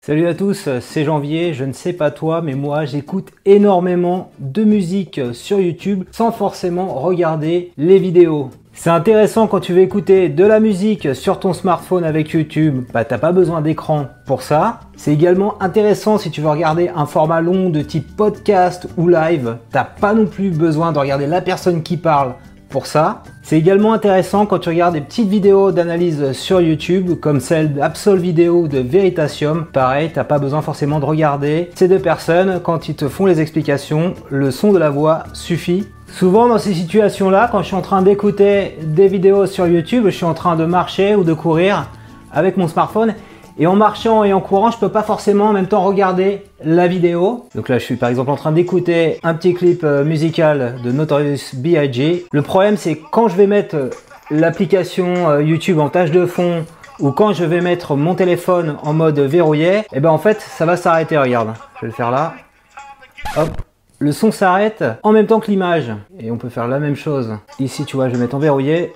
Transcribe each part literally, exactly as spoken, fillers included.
Salut à tous, c'est Janvier. Je ne sais pas toi, mais moi j'écoute énormément de musique sur YouTube sans forcément regarder les vidéos. C'est intéressant quand tu veux écouter de la musique sur ton smartphone avec YouTube, bah t'as pas besoin d'écran pour ça. C'est également intéressant si tu veux regarder un format long de type podcast ou live, t'as pas non plus besoin de regarder la personne qui parle pour ça. C'est également intéressant quand tu regardes des petites vidéos d'analyse sur YouTube comme celle d'Absol Vidéo ou de Veritasium. Pareil, t'as pas besoin forcément de regarder ces deux personnes quand ils te font les explications, le son de la voix suffit. Souvent dans ces situations-là, quand je suis en train d'écouter des vidéos sur YouTube, je suis en train de marcher ou de courir avec mon smartphone. Et en marchant et en courant, je peux pas forcément en même temps regarder la vidéo. Donc là, je suis par exemple en train d'écouter un petit clip musical de Notorious B I G Le problème, c'est quand je vais mettre l'application YouTube en tâche de fond ou quand je vais mettre mon téléphone en mode verrouillé, et ben en fait, ça va s'arrêter. Regarde, je vais le faire là. Hop. Le son s'arrête en même temps que l'image. Et on peut faire la même chose. Ici, tu vois, je vais mettre en verrouillé.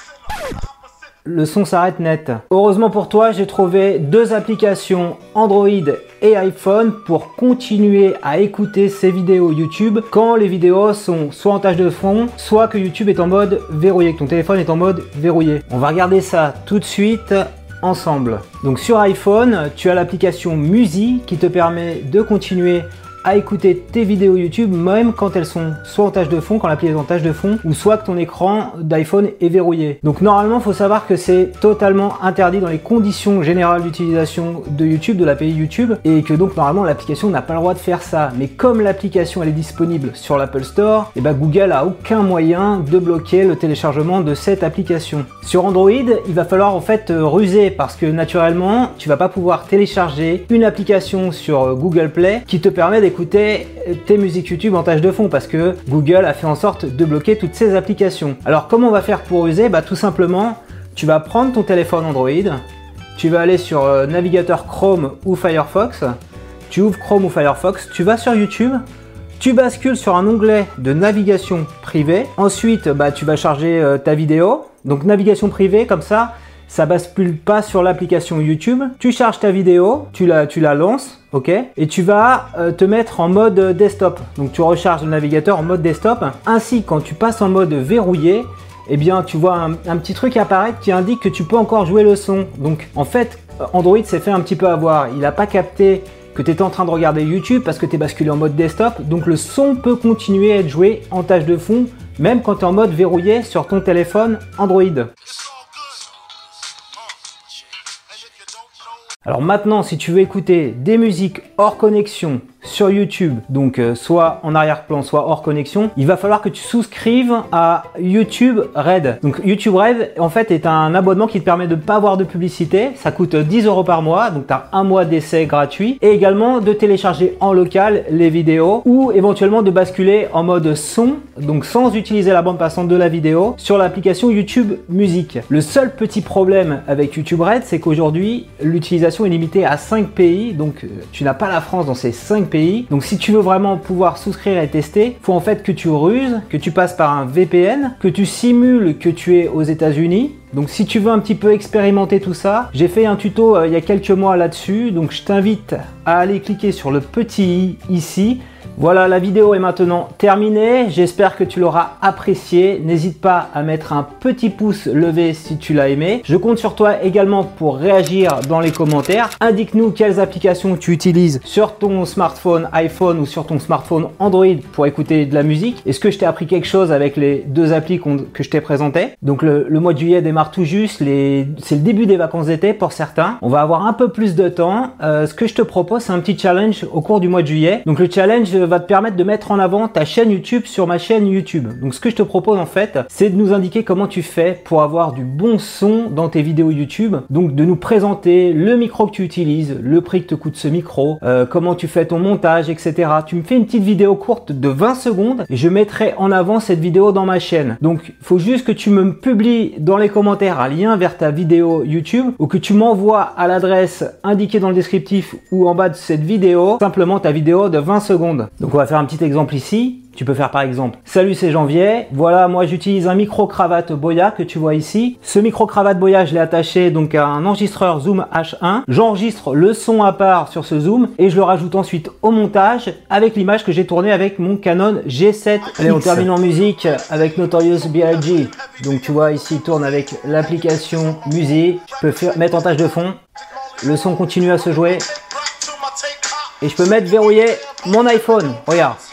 Le son s'arrête net. Heureusement pour toi, j'ai trouvé deux applications Android et iPhone pour continuer à écouter ces vidéos YouTube quand les vidéos sont soit en tâche de fond, soit que YouTube est en mode verrouillé, que ton téléphone est en mode verrouillé. On va regarder ça tout de suite ensemble. Donc sur iPhone, tu as l'application Musi qui te permet de continuer à écouter tes vidéos YouTube même quand elles sont soit en tâche de fond, quand l'appli est en tâche de fond, ou soit que ton écran d'iPhone est verrouillé. Donc normalement, il faut savoir que c'est totalement interdit dans les conditions générales d'utilisation de YouTube, de l'A P I YouTube, et que donc normalement l'application n'a pas le droit de faire ça. Mais comme l'application elle est disponible sur l'Apple Store, et ben Google a aucun moyen de bloquer le téléchargement de cette application. Sur Android, il va falloir en fait ruser parce que naturellement, tu vas pas pouvoir télécharger une application sur Google Play qui te permet d'écouter écouter tes musiques YouTube en tâche de fond parce que Google a fait en sorte de bloquer toutes ces applications. Alors comment on va faire pour user? Bah tout simplement, tu vas prendre ton téléphone Android, tu vas aller sur euh, navigateur Chrome ou Firefox, tu ouvres Chrome ou Firefox, tu vas sur YouTube, tu bascules sur un onglet de navigation privée, ensuite bah, tu vas charger euh, ta vidéo, donc navigation privée comme ça, ça bascule pas sur l'application YouTube. Tu charges ta vidéo, tu la, tu la lances, ok, et tu vas euh, te mettre en mode desktop. Donc tu recharges le navigateur en mode desktop. Ainsi, quand tu passes en mode verrouillé, eh bien tu vois un, un petit truc apparaître qui indique que tu peux encore jouer le son. Donc en fait, Android s'est fait un petit peu avoir. Il n'a pas capté que tu étais en train de regarder YouTube parce que tu es basculé en mode desktop. Donc le son peut continuer à être joué en tâche de fond, même quand tu es en mode verrouillé sur ton téléphone Android. Alors maintenant, si tu veux écouter des musiques hors connexion sur YouTube, donc euh, soit en arrière-plan, soit hors connexion, il va falloir que tu souscrives à YouTube Red. Donc YouTube Red, en fait, est un abonnement qui te permet de ne pas avoir de publicité. Ça coûte dix euros par mois, donc tu as un mois d'essai gratuit. Et également de télécharger en local les vidéos ou éventuellement de basculer en mode son, donc sans utiliser la bande passante de la vidéo, sur l'application YouTube Musique. Le seul petit problème avec YouTube Red, c'est qu'aujourd'hui, l'utilisation est limitée à cinq pays, donc euh, tu n'as pas la France dans ces cinq pays. Donc si tu veux vraiment pouvoir souscrire et tester, il faut en fait que tu ruses, que tu passes par un V P N, que tu simules que tu es aux États-Unis. Donc si tu veux un petit peu expérimenter tout ça, j'ai fait un tuto euh, il y a quelques mois là-dessus, donc je t'invite à aller cliquer sur le petit i ici. Voilà, la vidéo est maintenant terminée, j'espère que tu l'auras appréciée. N'hésite pas à mettre un petit pouce levé si tu l'as aimé. Je compte sur toi également pour réagir dans les commentaires. Indique-nous quelles applications tu utilises sur ton smartphone iPhone ou sur ton smartphone Android pour écouter de la musique. Est-ce que je t'ai appris quelque chose avec les deux applis que je t'ai présentées? Donc le, le mois de juillet démarre tout juste, les... c'est le début des vacances d'été pour certains. On va avoir un peu plus de temps. Euh, ce que je te propose, c'est un petit challenge au cours du mois de juillet. Donc le challenge va te permettre de mettre en avant ta chaîne YouTube sur ma chaîne YouTube. Donc ce que je te propose en fait, c'est de nous indiquer comment tu fais pour avoir du bon son dans tes vidéos YouTube. Donc de nous présenter le micro que tu utilises, le prix que te coûte ce micro, euh, comment tu fais ton montage, et cetera. Tu me fais une petite vidéo courte de vingt secondes et je mettrai en avant cette vidéo dans ma chaîne. Donc il faut juste que tu me publies dans les commentaires un lien vers ta vidéo YouTube ou que tu m'envoies à l'adresse indiquée dans le descriptif ou en bas de cette vidéo simplement ta vidéo de vingt secondes. Donc on va faire un petit exemple ici. Tu peux faire par exemple, salut c'est Janvier, voilà moi j'utilise un micro cravate Boya que tu vois ici. Ce micro cravate Boya je l'ai attaché donc à un enregistreur Zoom H un. J'enregistre le son à part sur ce Zoom et je le rajoute ensuite au montage avec l'image que j'ai tournée avec mon Canon G sept. Allez, on termine en musique avec Notorious B I G. Donc tu vois ici il tourne avec l'application musique. Je peux faire, mettre en tâche de fond. Le son continue à se jouer. Et je peux mettre verrouiller mon iPhone. Regarde.